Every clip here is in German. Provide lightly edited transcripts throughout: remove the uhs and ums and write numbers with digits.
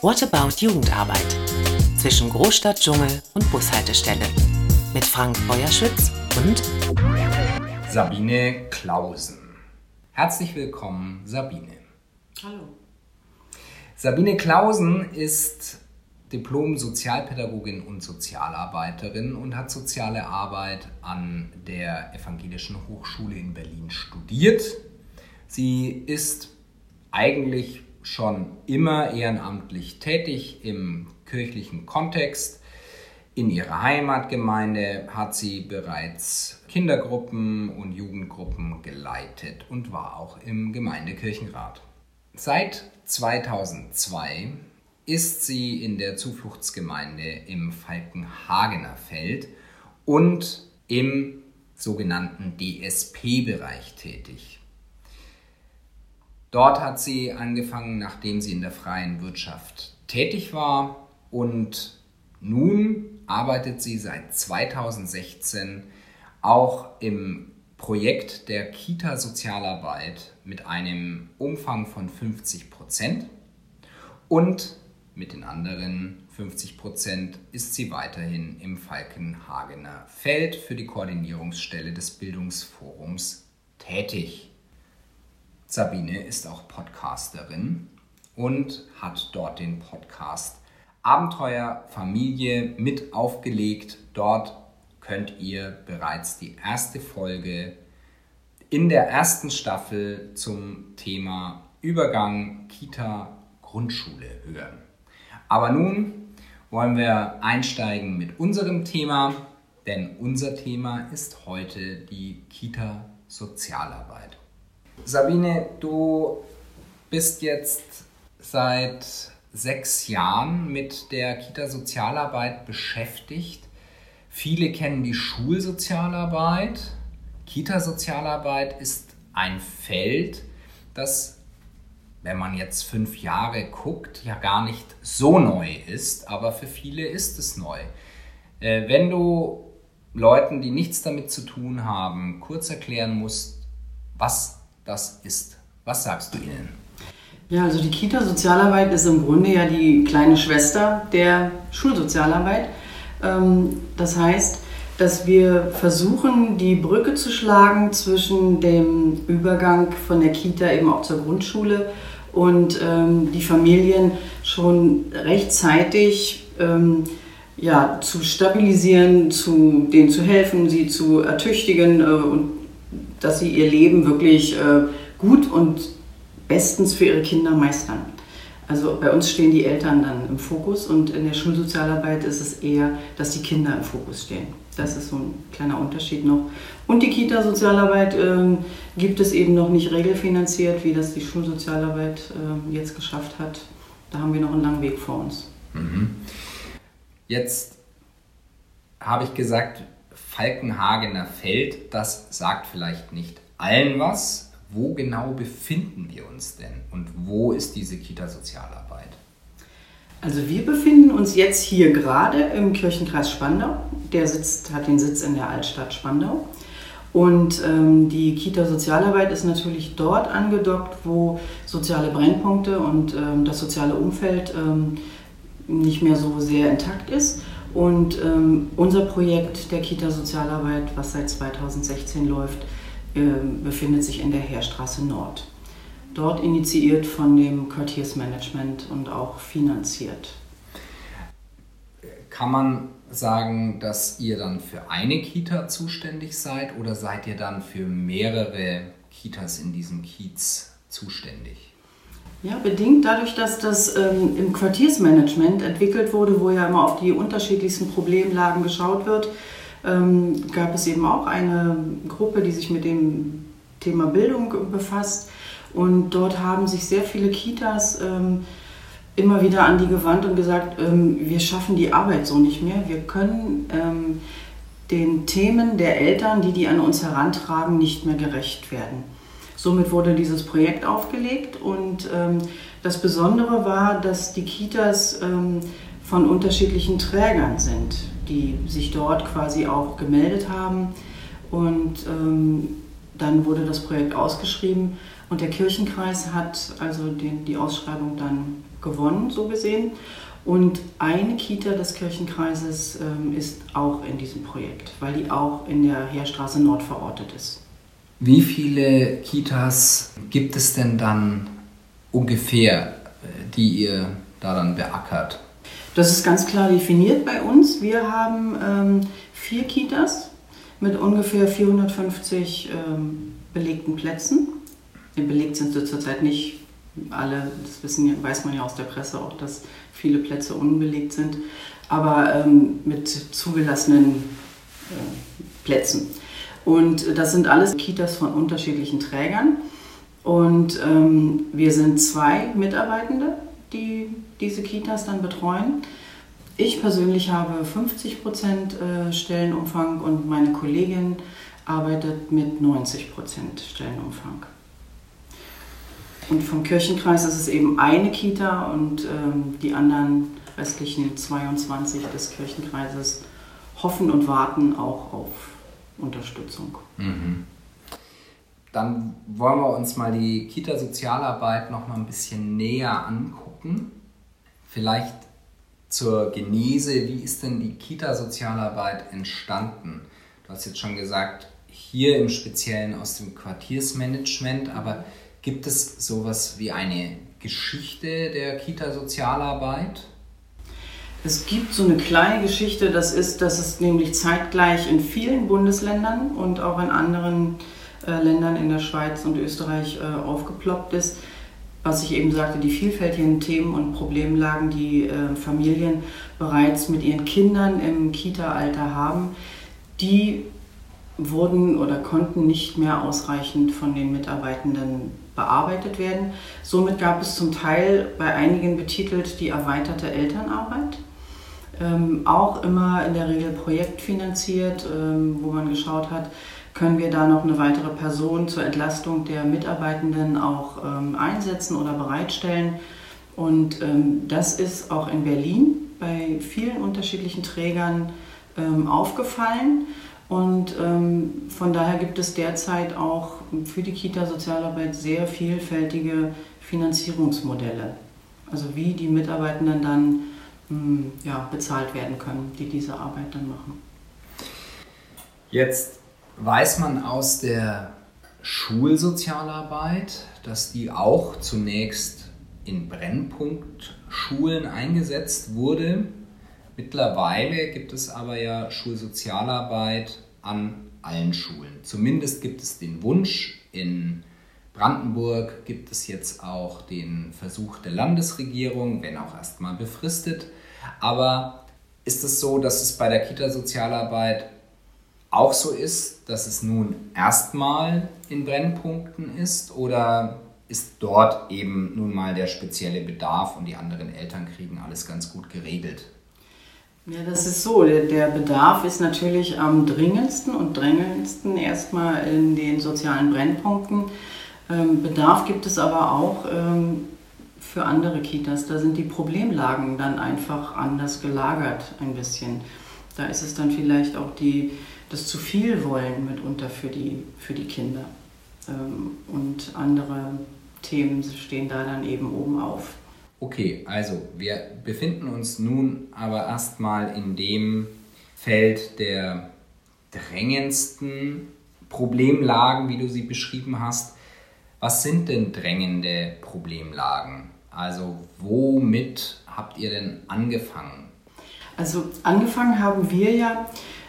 What About Jugendarbeit? Zwischen Großstadt, Dschungel und Bushaltestelle. Mit Frank Feuerschütz und Sabine Clausen. Herzlich willkommen, Sabine. Hallo. Sabine Clausen ist Diplom-Sozialpädagogin und Sozialarbeiterin und hat Soziale Arbeit an der Evangelischen Hochschule in Berlin studiert. Sie ist eigentlich schon immer ehrenamtlich tätig im kirchlichen Kontext. In ihrer Heimatgemeinde hat sie bereits Kindergruppen und Jugendgruppen geleitet und war auch im Gemeindekirchenrat. Seit 2002 ist sie in der Zufluchtsgemeinde im Falkenhagener Feld und im sogenannten DSP-Bereich tätig. Dort hat sie angefangen, nachdem sie in der freien Wirtschaft tätig war, und nun arbeitet sie seit 2016 auch im Projekt der Kita-Sozialarbeit mit einem Umfang von 50% und mit den anderen 50% ist sie weiterhin im Falkenhagener Feld für die Koordinierungsstelle des Bildungsforums tätig. Sabine ist auch Podcasterin und hat dort den Podcast Abenteuer Familie mit aufgelegt. Dort könnt ihr bereits die erste Folge in der ersten Staffel zum Thema Übergang Kita-Grundschule hören. Aber nun wollen wir einsteigen mit unserem Thema, denn unser Thema ist heute die Kita-Sozialarbeit. Sabine, du bist jetzt seit 6 Jahren mit der Kita-Sozialarbeit beschäftigt. Viele kennen die Schulsozialarbeit. Kita-Sozialarbeit ist ein Feld, das, wenn man jetzt 5 Jahre guckt, ja gar nicht so neu ist, aber für viele ist es neu. Wenn du Leuten, die nichts damit zu tun haben, kurz erklären musst, was das ist, was sagst du ihnen? Ja, also die Kita-Sozialarbeit ist im Grunde ja die kleine Schwester der Schulsozialarbeit. Das heißt, dass wir versuchen, die Brücke zu schlagen zwischen dem Übergang von der Kita eben auch zur Grundschule und die Familien schon rechtzeitig zu stabilisieren, denen zu helfen, sie zu ertüchtigen und dass sie ihr Leben wirklich gut und bestens für ihre Kinder meistern. Also bei uns stehen die Eltern dann im Fokus und in der Schulsozialarbeit ist es eher, dass die Kinder im Fokus stehen. Das ist so ein kleiner Unterschied noch. Und die Kita-Sozialarbeit gibt es eben noch nicht regelfinanziert, wie das die Schulsozialarbeit jetzt geschafft hat. Da haben wir noch einen langen Weg vor uns. Jetzt habe ich gesagt, Falkenhagener Feld, das sagt vielleicht nicht allen was. Wo genau befinden wir uns denn und wo ist diese Kita-Sozialarbeit? Also wir befinden uns jetzt hier gerade im Kirchenkreis Spandau. Der hat den Sitz in der Altstadt Spandau. Und die Kita-Sozialarbeit ist natürlich dort angedockt, wo soziale Brennpunkte und das soziale Umfeld nicht mehr so sehr intakt ist. Und unser Projekt der Kita-Sozialarbeit, was seit 2016 läuft, befindet sich in der Heerstraße Nord. Dort initiiert von dem Quartiersmanagement und auch finanziert. Kann man sagen, dass ihr dann für eine Kita zuständig seid oder seid ihr dann für mehrere Kitas in diesem Kiez zuständig? Ja, bedingt dadurch, dass das im Quartiersmanagement entwickelt wurde, wo ja immer auf die unterschiedlichsten Problemlagen geschaut wird, gab es eben auch eine Gruppe, die sich mit dem Thema Bildung befasst. Und dort haben sich sehr viele Kitas immer wieder an die gewandt und gesagt, wir schaffen die Arbeit so nicht mehr. Wir können den Themen der Eltern, die an uns herantragen, nicht mehr gerecht werden. Somit wurde dieses Projekt aufgelegt und das Besondere war, dass die Kitas von unterschiedlichen Trägern sind, die sich dort quasi auch gemeldet haben und dann wurde das Projekt ausgeschrieben und der Kirchenkreis hat also die Ausschreibung dann gewonnen, so gesehen. Und eine Kita des Kirchenkreises ist auch in diesem Projekt, weil die auch in der Heerstraße Nord verortet ist. Wie viele Kitas gibt es denn dann ungefähr, die ihr da dann beackert? Das ist ganz klar definiert bei uns. Wir haben 4 Kitas mit ungefähr 450 belegten Plätzen. Belegt sind sie zurzeit nicht alle, das weiß man ja aus der Presse auch, dass viele Plätze unbelegt sind, aber mit zugelassenen Plätzen. Und das sind alles Kitas von unterschiedlichen Trägern. Und wir sind 2 Mitarbeitende, die diese Kitas dann betreuen. Ich persönlich habe 50% Stellenumfang und meine Kollegin arbeitet mit 90% Stellenumfang. Und vom Kirchenkreis ist es eben eine Kita und die anderen restlichen 22 des Kirchenkreises hoffen und warten auch auf Unterstützung. Mhm. Dann wollen wir uns mal die Kita-Sozialarbeit noch mal ein bisschen näher angucken. Vielleicht zur Genese, wie ist denn die Kita-Sozialarbeit entstanden? Du hast jetzt schon gesagt, hier im Speziellen aus dem Quartiersmanagement, aber gibt es sowas wie eine Geschichte der Kita-Sozialarbeit? Es gibt so eine kleine Geschichte, dass es nämlich zeitgleich in vielen Bundesländern und auch in anderen Ländern in der Schweiz und Österreich aufgeploppt ist. Was ich eben sagte, die vielfältigen Themen und Problemlagen, die Familien bereits mit ihren Kindern im Kita-Alter haben, die wurden oder konnten nicht mehr ausreichend von den Mitarbeitenden bearbeitet werden. Somit gab es zum Teil bei einigen betitelt die erweiterte Elternarbeit. Auch immer in der Regel projektfinanziert, wo man geschaut hat, können wir da noch eine weitere Person zur Entlastung der Mitarbeitenden auch einsetzen oder bereitstellen. Und das ist auch in Berlin bei vielen unterschiedlichen Trägern aufgefallen. Und von daher gibt es derzeit auch für die Kita-Sozialarbeit sehr vielfältige Finanzierungsmodelle. Also wie die Mitarbeitenden dann bezahlt werden können, die diese Arbeit dann machen. Jetzt weiß man aus der Schulsozialarbeit, dass die auch zunächst in Brennpunktschulen eingesetzt wurde. Mittlerweile gibt es aber ja Schulsozialarbeit an allen Schulen. Zumindest gibt es den Wunsch. In Brandenburg gibt es jetzt auch den Versuch der Landesregierung, wenn auch erstmal befristet. Aber ist es so, dass es bei der Kita-Sozialarbeit auch so ist, dass es nun erstmal in Brennpunkten ist, oder ist dort eben nun mal der spezielle Bedarf und die anderen Eltern kriegen alles ganz gut geregelt? Ja, das ist so. Der Bedarf ist natürlich am dringendsten und drängendsten erstmal in den sozialen Brennpunkten. Bedarf gibt es aber auch für andere Kitas. Da sind die Problemlagen dann einfach anders gelagert ein bisschen. Da ist es dann vielleicht auch das zu viel Wollen mitunter für die Kinder. Und andere Themen stehen da dann eben oben auf. Okay, also wir befinden uns nun aber erstmal in dem Feld der drängendsten Problemlagen, wie du sie beschrieben hast. Was sind denn drängende Problemlagen? Also womit habt ihr denn angefangen? Also angefangen haben wir ja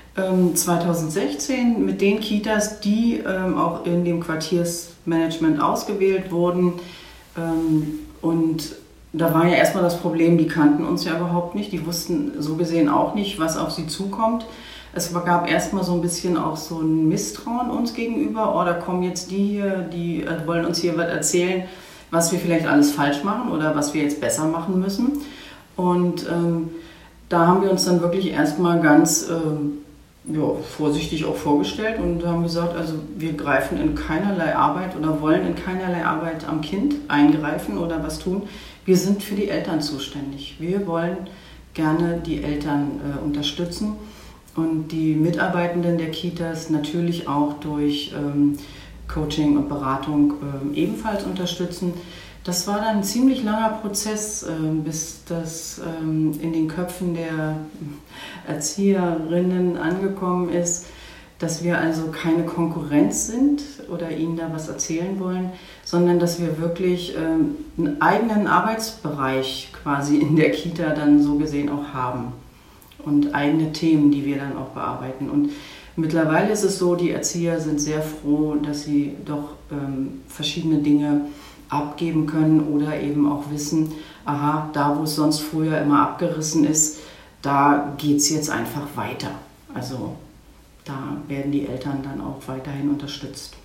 2016 mit den Kitas, die auch in dem Quartiersmanagement ausgewählt wurden. Und da war ja erstmal das Problem, die kannten uns ja überhaupt nicht. Die wussten so gesehen auch nicht, was auf sie zukommt. Es gab erstmal so ein bisschen auch so ein Misstrauen uns gegenüber. Oh, da kommen jetzt die hier, die wollen uns hier was erzählen, was wir vielleicht alles falsch machen oder was wir jetzt besser machen müssen. Und da haben wir uns dann wirklich erstmal ganz vorsichtig auch vorgestellt und haben gesagt, also wir greifen in keinerlei Arbeit oder wollen in keinerlei Arbeit am Kind eingreifen oder was tun. Wir sind für die Eltern zuständig. Wir wollen gerne die Eltern unterstützen und die Mitarbeitenden der Kitas natürlich auch durch Coaching und Beratung ebenfalls unterstützen. Das war dann ein ziemlich langer Prozess, bis das in den Köpfen der Erzieherinnen angekommen ist, dass wir also keine Konkurrenz sind oder ihnen da was erzählen wollen, sondern dass wir wirklich einen eigenen Arbeitsbereich quasi in der Kita dann so gesehen auch haben und eigene Themen, die wir dann auch bearbeiten. Und mittlerweile ist es so, die Erzieher sind sehr froh, dass sie doch verschiedene Dinge abgeben können oder eben auch wissen, aha, da wo es sonst früher immer abgerissen ist, da geht es jetzt einfach weiter. Also da werden die Eltern dann auch weiterhin unterstützt.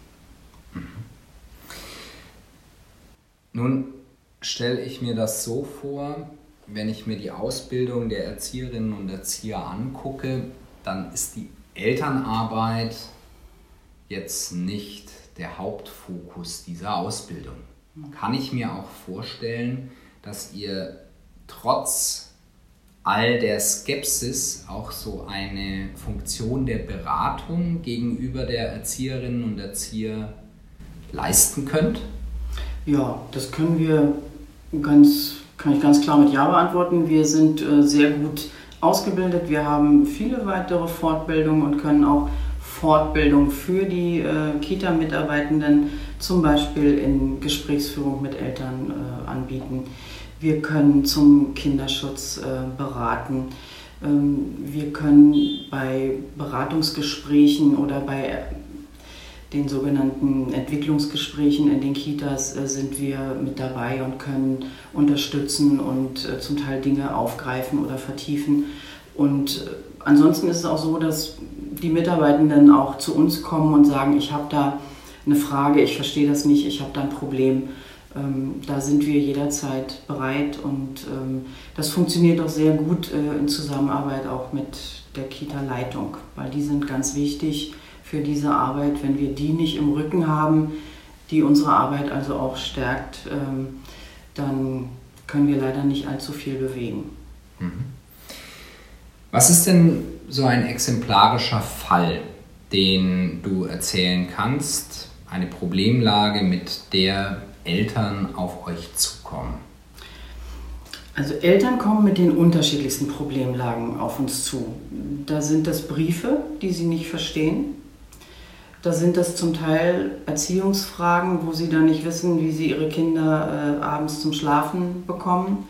Nun stelle ich mir das so vor, wenn ich mir die Ausbildung der Erzieherinnen und Erzieher angucke, dann ist die Elternarbeit jetzt nicht der Hauptfokus dieser Ausbildung. Kann ich mir auch vorstellen, dass ihr trotz all der Skepsis auch so eine Funktion der Beratung gegenüber der Erzieherinnen und Erzieher leisten könnt? Ja, das kann ich ganz klar mit Ja beantworten. Wir sind sehr gut ausgebildet. Wir haben viele weitere Fortbildungen und können auch Fortbildung für die Kita-Mitarbeitenden zum Beispiel in Gesprächsführung mit Eltern anbieten. Wir können zum Kinderschutz beraten. Wir können bei Beratungsgesprächen oder bei den sogenannten Entwicklungsgesprächen in den Kitas sind wir mit dabei und können unterstützen und zum Teil Dinge aufgreifen oder vertiefen. Und ansonsten ist es auch so, dass die Mitarbeitenden auch zu uns kommen und sagen, ich habe da eine Frage, ich verstehe das nicht, ich habe da ein Problem. Da sind wir jederzeit bereit und das funktioniert auch sehr gut in Zusammenarbeit auch mit der Kita-Leitung, weil die sind ganz wichtig für diese Arbeit. Wenn wir die nicht im Rücken haben, die unsere Arbeit also auch stärkt, dann können wir leider nicht allzu viel bewegen. Was ist denn so ein exemplarischer Fall, den du erzählen kannst, eine Problemlage, mit der Eltern auf euch zukommen? Also Eltern kommen mit den unterschiedlichsten Problemlagen auf uns zu. Da sind das Briefe, die sie nicht verstehen. Da sind das zum Teil Erziehungsfragen, wo sie dann nicht wissen, wie sie ihre Kinder abends zum Schlafen bekommen.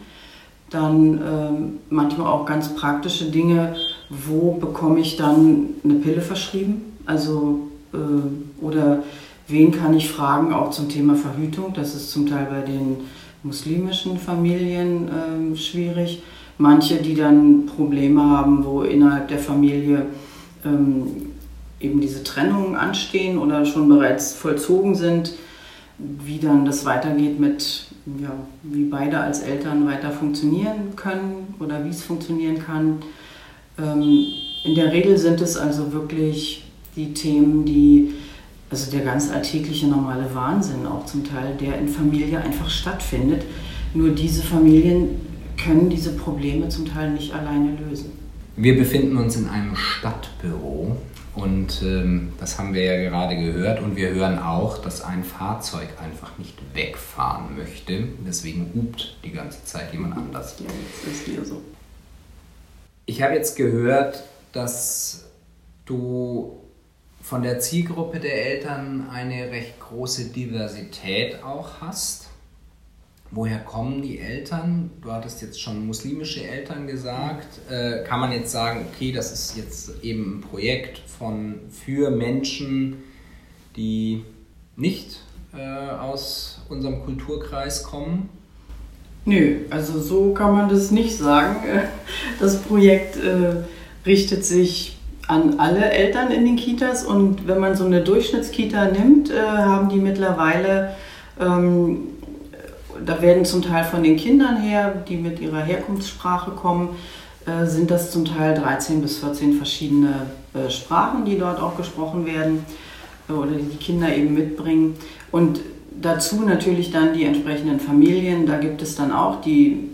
Dann manchmal auch ganz praktische Dinge, wo bekomme ich dann eine Pille verschrieben? Also, oder wen kann ich fragen, auch zum Thema Verhütung? Das ist zum Teil bei den muslimischen Familien schwierig. Manche, die dann Probleme haben, wo innerhalb der Familie eben diese Trennungen anstehen oder schon bereits vollzogen sind, wie dann das weitergeht mit, ja, wie beide als Eltern weiter funktionieren können oder wie es funktionieren kann. In der Regel sind es also wirklich die Themen, also der ganz alltägliche normale Wahnsinn auch zum Teil, der in Familie einfach stattfindet. Nur diese Familien können diese Probleme zum Teil nicht alleine lösen. Wir befinden uns in einem Stadtbüro und das haben wir ja gerade gehört und wir hören auch, dass ein Fahrzeug einfach nicht wegfahren möchte. Deswegen hupt die ganze Zeit jemand anders. Ja, das ist hier so. Ich habe jetzt gehört, dass du von der Zielgruppe der Eltern eine recht große Diversität auch hast. Woher kommen die Eltern? Du hattest jetzt schon muslimische Eltern gesagt. Kann man jetzt sagen, okay, das ist jetzt eben ein Projekt für Menschen, die nicht aus unserem Kulturkreis kommen? Nö, also so kann man das nicht sagen. Das Projekt richtet sich an alle Eltern in den Kitas und wenn man so eine Durchschnittskita nimmt, haben die mittlerweile, da werden zum Teil von den Kindern her, die mit ihrer Herkunftssprache kommen, sind das zum Teil 13 bis 14 verschiedene Sprachen, die dort auch gesprochen werden oder die Kinder eben mitbringen. Und dazu natürlich dann die entsprechenden Familien, da gibt es dann auch die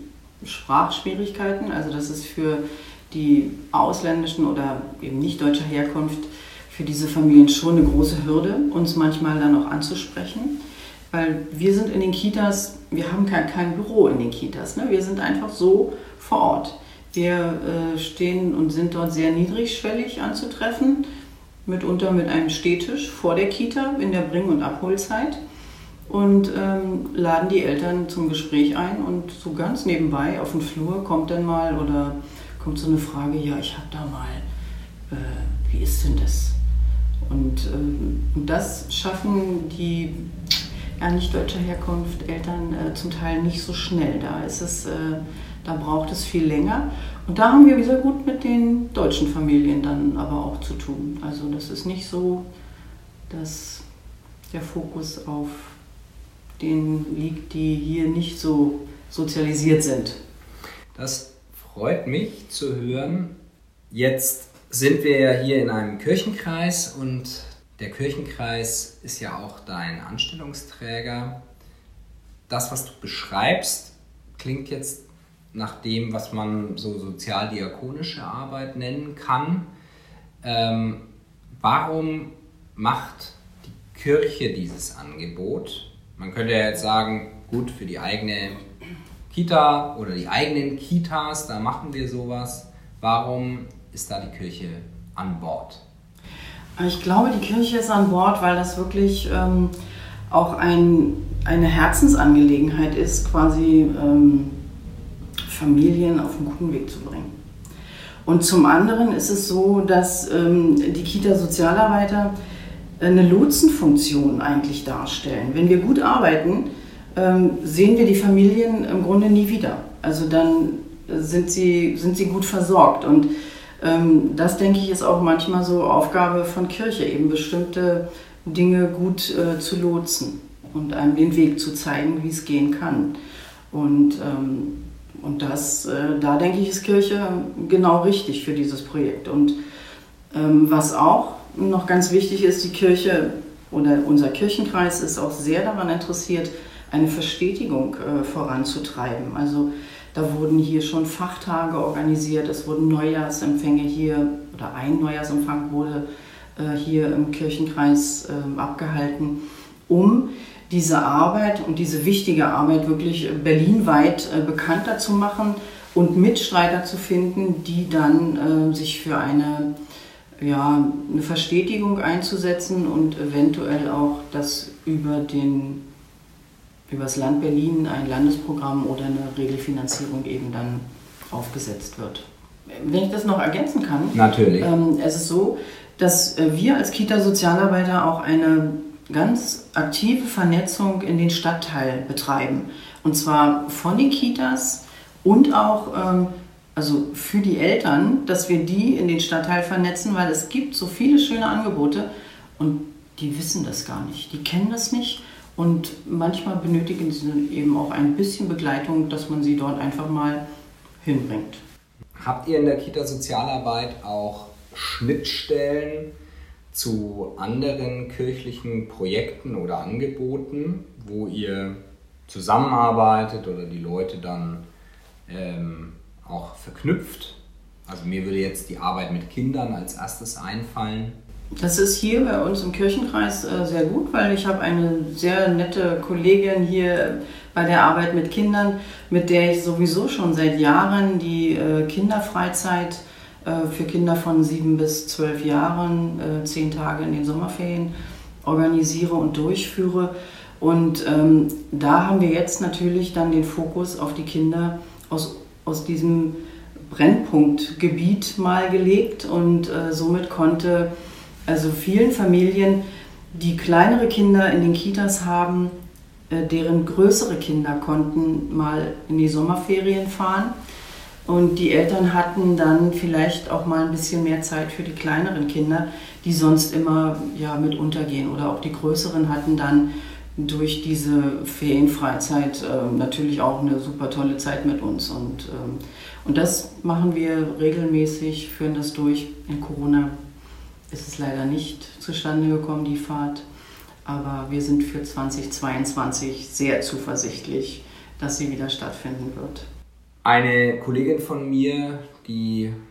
Sprachschwierigkeiten, also das ist für die ausländischen oder eben nicht deutscher Herkunft für diese Familien schon eine große Hürde, uns manchmal dann auch anzusprechen. Weil wir sind in den Kitas, wir haben kein Büro in den Kitas, ne? Wir sind einfach so vor Ort. Wir stehen und sind dort sehr niedrigschwellig anzutreffen, mitunter mit einem Stehtisch vor der Kita in der Bring- und Abholzeit und laden die Eltern zum Gespräch ein und so ganz nebenbei auf den Flur kommt dann mal oder kommt so eine Frage, ja, ich habe da mal, wie ist denn das? Und das schaffen die nicht deutscher Herkunft Eltern zum Teil nicht so schnell. Da braucht es viel länger. Und da haben wir sehr gut mit den deutschen Familien dann aber auch zu tun. Also das ist nicht so, dass der Fokus auf denen liegt, die hier nicht so sozialisiert sind. Das freut mich zu hören. Jetzt sind wir ja hier in einem Kirchenkreis und der Kirchenkreis ist ja auch dein Anstellungsträger. Das, was du beschreibst, klingt jetzt nach dem, was man so sozialdiakonische Arbeit nennen kann. Warum macht die Kirche dieses Angebot? Man könnte ja jetzt sagen, gut, für die eigene Kita oder die eigenen Kitas, da machen wir sowas. Warum ist da die Kirche an Bord? Ich glaube, die Kirche ist an Bord, weil das wirklich auch eine Herzensangelegenheit ist, quasi Familien auf einen guten Weg zu bringen. Und zum anderen ist es so, dass die Kita-Sozialarbeiter eine Lotsenfunktion eigentlich darstellen. Wenn wir gut arbeiten, sehen wir die Familien im Grunde nie wieder. Also dann sind sie gut versorgt. Und das, denke ich, ist auch manchmal so Aufgabe von Kirche, eben bestimmte Dinge gut zu lotsen und einem den Weg zu zeigen, wie es gehen kann. Und da denke ich, ist Kirche genau richtig für dieses Projekt. Und was auch noch ganz wichtig ist, die Kirche oder unser Kirchenkreis ist auch sehr daran interessiert, eine Verstetigung voranzutreiben. Also da wurden hier schon Fachtage organisiert, es wurden Neujahrsempfänge hier, oder ein Neujahrsempfang wurde hier im Kirchenkreis abgehalten, um diese Arbeit und diese wichtige Arbeit wirklich berlinweit bekannter zu machen und Mitstreiter zu finden, die dann sich für eine Verstetigung einzusetzen und eventuell auch das über das Land Berlin ein Landesprogramm oder eine Regelfinanzierung eben dann aufgesetzt wird. Wenn ich das noch ergänzen kann, natürlich. Es ist so, dass wir als Kita-Sozialarbeiter auch eine ganz aktive Vernetzung in den Stadtteil betreiben. Und zwar von den Kitas und auch also für die Eltern, dass wir die in den Stadtteil vernetzen, weil es gibt so viele schöne Angebote und die wissen das gar nicht, die kennen das nicht. Und manchmal benötigen sie eben auch ein bisschen Begleitung, dass man sie dort einfach mal hinbringt. Habt ihr in der Kita-Sozialarbeit auch Schnittstellen zu anderen kirchlichen Projekten oder Angeboten, wo ihr zusammenarbeitet oder die Leute dann auch verknüpft? Also mir würde jetzt die Arbeit mit Kindern als erstes einfallen. Das ist hier bei uns im Kirchenkreis sehr gut, weil ich habe eine sehr nette Kollegin hier bei der Arbeit mit Kindern, mit der ich sowieso schon seit Jahren die Kinderfreizeit für Kinder von 7 bis 12 Jahren, 10 Tage in den Sommerferien organisiere und durchführe. Und da haben wir jetzt natürlich dann den Fokus auf die Kinder aus diesem Brennpunktgebiet mal gelegt und somit konnte also vielen Familien, die kleinere Kinder in den Kitas haben, deren größere Kinder konnten mal in die Sommerferien fahren und die Eltern hatten dann vielleicht auch mal ein bisschen mehr Zeit für die kleineren Kinder, die sonst immer mit untergehen, oder auch die größeren hatten dann durch diese Ferienfreizeit natürlich auch eine super tolle Zeit mit uns und das machen wir regelmäßig, führen das durch. In Corona ist es leider nicht zustande gekommen, die Fahrt. Aber wir sind für 2022 sehr zuversichtlich, dass sie wieder stattfinden wird. Eine Kollegin von mir, die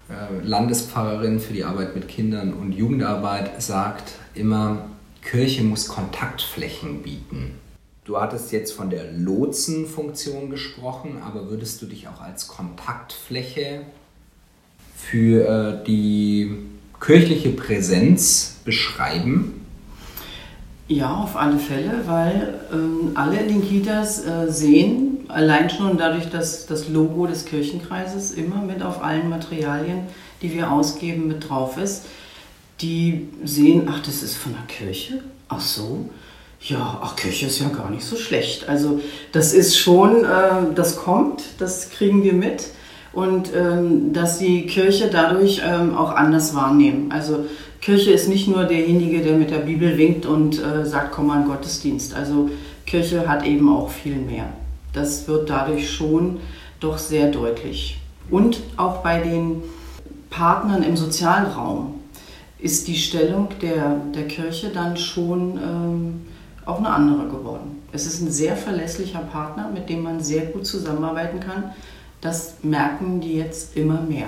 Landespfarrerin für die Arbeit mit Kindern und Jugendarbeit, sagt immer, Kirche muss Kontaktflächen bieten. Du hattest jetzt von der Lotsenfunktion gesprochen, aber würdest du dich auch als Kontaktfläche für die kirchliche Präsenz beschreiben? Ja, auf alle Fälle, weil alle in den Kitas sehen, allein schon dadurch, dass das Logo des Kirchenkreises immer mit auf allen Materialien, die wir ausgeben, mit drauf ist. Die sehen, ach, das ist von der Kirche? Ach so? Ja, ach, Kirche ist ja gar nicht so schlecht. Also das ist schon, das kommt, das kriegen wir mit. Und dass die Kirche dadurch auch anders wahrnehmen. Also Kirche ist nicht nur derjenige, der mit der Bibel winkt und sagt, komm mal in Gottesdienst. Also Kirche hat eben auch viel mehr. Das wird dadurch schon doch sehr deutlich. Und auch bei den Partnern im Sozialraum ist die Stellung der Kirche dann schon auch eine andere geworden. Es ist ein sehr verlässlicher Partner, mit dem man sehr gut zusammenarbeiten kann. Das merken die jetzt immer mehr.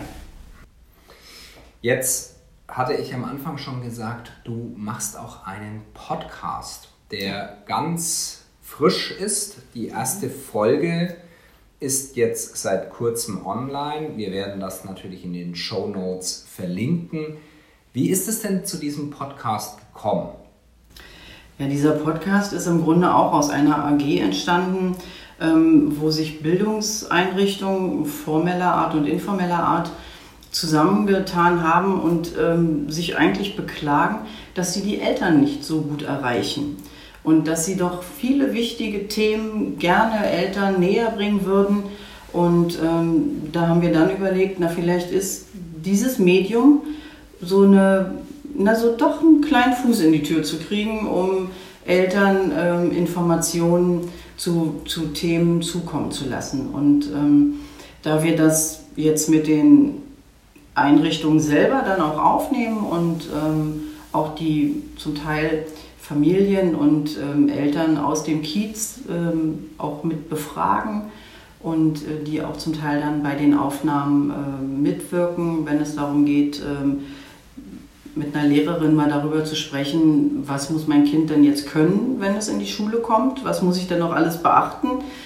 Jetzt hatte ich am Anfang schon gesagt, du machst auch einen Podcast, der ganz frisch ist. Die erste Folge ist jetzt seit kurzem online. Wir werden das natürlich in den Shownotes verlinken. Wie ist es denn zu diesem Podcast gekommen? Ja, dieser Podcast ist im Grunde auch aus einer AG entstanden, wo sich Bildungseinrichtungen formeller Art und informeller Art zusammengetan haben und sich eigentlich beklagen, dass sie die Eltern nicht so gut erreichen und dass sie doch viele wichtige Themen gerne Eltern näher bringen würden. Und da haben wir dann überlegt, na vielleicht ist dieses Medium so doch einen kleinen Fuß in die Tür zu kriegen, um Eltern Informationen zu Themen zukommen zu lassen. Und da wir das jetzt mit den Einrichtungen selber dann auch aufnehmen und auch die zum Teil Familien und Eltern aus dem Kiez auch mit befragen und die auch zum Teil dann bei den Aufnahmen mitwirken, wenn es darum geht, mit einer Lehrerin mal darüber zu sprechen, was muss mein Kind denn jetzt können, wenn es in die Schule kommt, was muss ich denn noch alles beachten.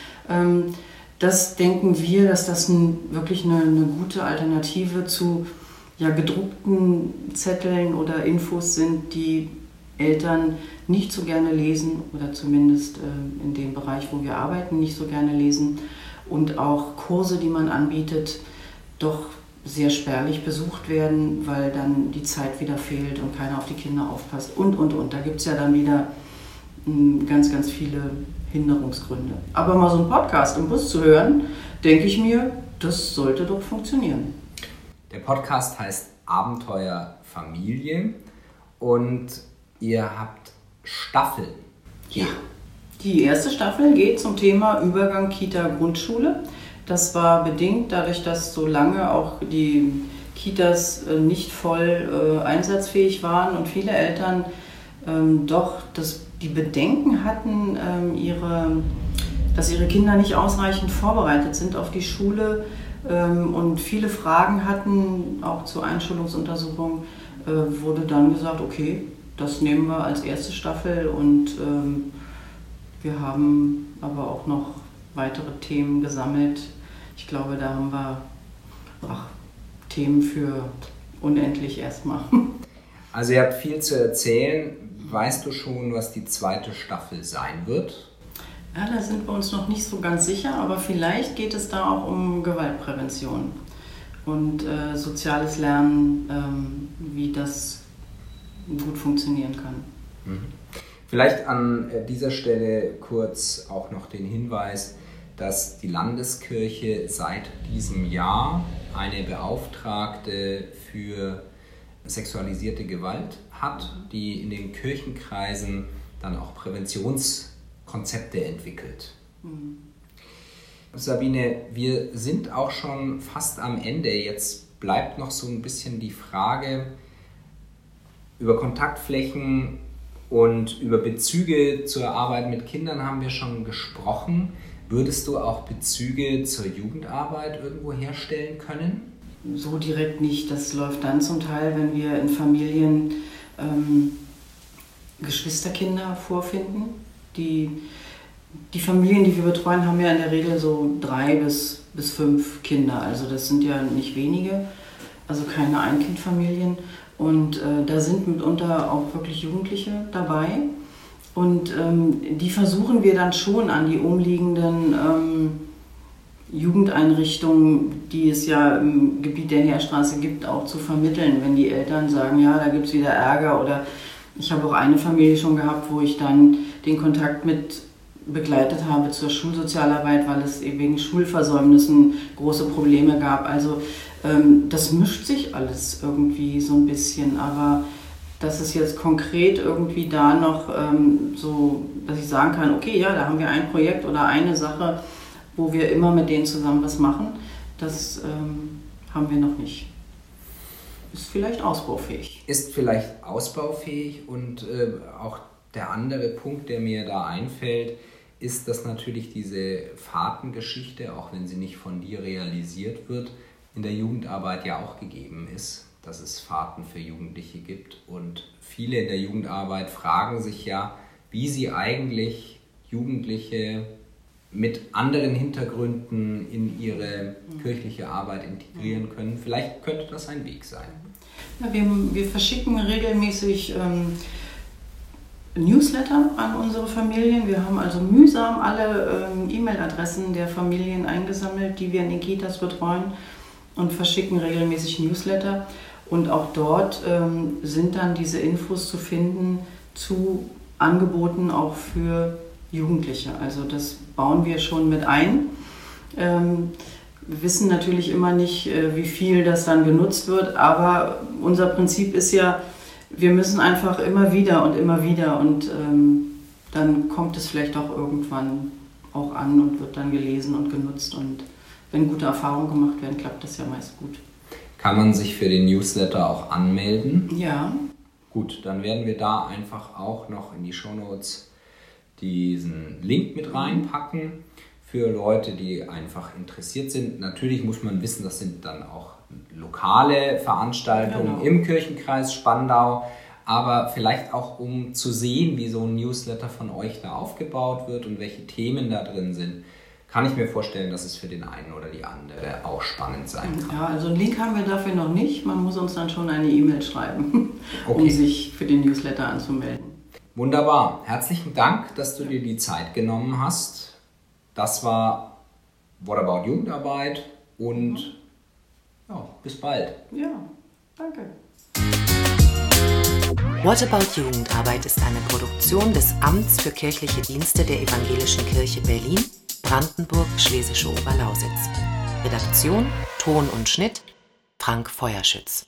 Das denken wir, dass das wirklich eine gute Alternative zu gedruckten Zetteln oder Infos sind, die Eltern nicht so gerne lesen oder zumindest in dem Bereich, wo wir arbeiten, nicht so gerne lesen und auch Kurse, die man anbietet, doch sehr spärlich besucht werden, weil dann die Zeit wieder fehlt und keiner auf die Kinder aufpasst und. Da gibt es ja dann wieder ganz, ganz viele Hinderungsgründe. Aber mal so einen Podcast im Bus zu hören, denke ich mir, das sollte doch funktionieren. Der Podcast heißt Abenteuer Familie und ihr habt Staffeln. Ja, die erste Staffel geht zum Thema Übergang Kita-Grundschule. Das war bedingt dadurch, dass so lange auch die Kitas nicht voll einsatzfähig waren und viele Eltern doch die Bedenken hatten, dass ihre Kinder nicht ausreichend vorbereitet sind auf die Schule und viele Fragen hatten, auch zur Einschulungsuntersuchung, wurde dann gesagt, okay, das nehmen wir als erste Staffel und wir haben aber auch noch weitere Themen gesammelt. Ich glaube, da haben wir Themen für unendlich erstmal. Also ihr habt viel zu erzählen. Weißt du schon, was die zweite Staffel sein wird? Ja, da sind wir uns noch nicht so ganz sicher, aber vielleicht geht es da auch um Gewaltprävention und soziales Lernen, wie das gut funktionieren kann. Vielleicht an dieser Stelle kurz auch noch den Hinweis, dass die Landeskirche seit diesem Jahr eine Beauftragte für sexualisierte Gewalt hat, die in den Kirchenkreisen dann auch Präventionskonzepte entwickelt. Sabine, wir sind auch schon fast am Ende. Jetzt bleibt noch so ein bisschen die Frage, über Kontaktflächen und über Bezüge zur Arbeit mit Kindern haben wir schon gesprochen. Würdest du auch Bezüge zur Jugendarbeit irgendwo herstellen können? so direkt nicht. Das läuft dann zum Teil, wenn wir in Familien Geschwisterkinder vorfinden. Die Familien, die wir betreuen, haben ja in der Regel so 3 bis 5 Kinder. Also das sind ja nicht wenige, also keine Ein-Kind-Familien. Und da sind mitunter auch wirklich Jugendliche dabei. Und die versuchen wir dann schon an die umliegenden Jugendeinrichtungen, die es ja im Gebiet der Heerstraße gibt, auch zu vermitteln. Wenn die Eltern sagen, ja, da gibt es wieder Ärger. Oder ich habe auch eine Familie schon gehabt, wo ich dann den Kontakt mit begleitet habe zur Schulsozialarbeit, weil es eben wegen Schulversäumnissen große Probleme gab. Also das mischt sich alles irgendwie so ein bisschen, aber dass es jetzt konkret irgendwie da noch so, dass ich sagen kann, okay, ja, da haben wir ein Projekt oder eine Sache, wo wir immer mit denen zusammen was machen, das haben wir noch nicht. Ist vielleicht ausbaufähig. Ist vielleicht ausbaufähig und auch der andere Punkt, der mir da einfällt, ist, dass natürlich diese Fahrtengeschichte, auch wenn sie nicht von dir realisiert wird, in der Jugendarbeit ja auch gegeben ist, dass es Fahrten für Jugendliche gibt. Und viele in der Jugendarbeit fragen sich ja, wie sie eigentlich Jugendliche mit anderen Hintergründen in ihre kirchliche Arbeit integrieren können. Vielleicht könnte das ein Weg sein. Ja, wir verschicken regelmäßig Newsletter an unsere Familien. Wir haben also mühsam alle E-Mail-Adressen der Familien eingesammelt, die wir in den Kitas betreuen, und verschicken regelmäßig Newsletter. Und auch dort sind dann diese Infos zu finden zu Angeboten auch für Jugendliche. Also das bauen wir schon mit ein. Wir wissen natürlich immer nicht, wie viel das dann genutzt wird, aber unser Prinzip ist ja, wir müssen einfach immer wieder und dann kommt es vielleicht auch irgendwann auch an und wird dann gelesen und genutzt, und wenn gute Erfahrungen gemacht werden, klappt das ja meist gut. Kann man sich für den Newsletter auch anmelden? Ja. Gut, dann werden wir da einfach auch noch in die Shownotes diesen Link mit reinpacken für Leute, die einfach interessiert sind. Natürlich muss man wissen, das sind dann auch lokale Veranstaltungen im Kirchenkreis Spandau, aber vielleicht auch um zu sehen, wie so ein Newsletter von euch da aufgebaut wird und welche Themen da drin sind, kann ich mir vorstellen, dass es für den einen oder die andere auch spannend sein kann. Ja, also einen Link haben wir dafür noch nicht. Man muss uns dann schon eine E-Mail schreiben, um sich für den Newsletter anzumelden. Wunderbar. Herzlichen Dank, dass du dir die Zeit genommen hast. Das war What About Jugendarbeit und ja, bis bald. Ja, danke. What About Jugendarbeit ist eine Produktion des Amts für kirchliche Dienste der Evangelischen Kirche Berlin, Brandenburg, Schlesische Oberlausitz. Redaktion, Ton und Schnitt, Frank Feuerschütz.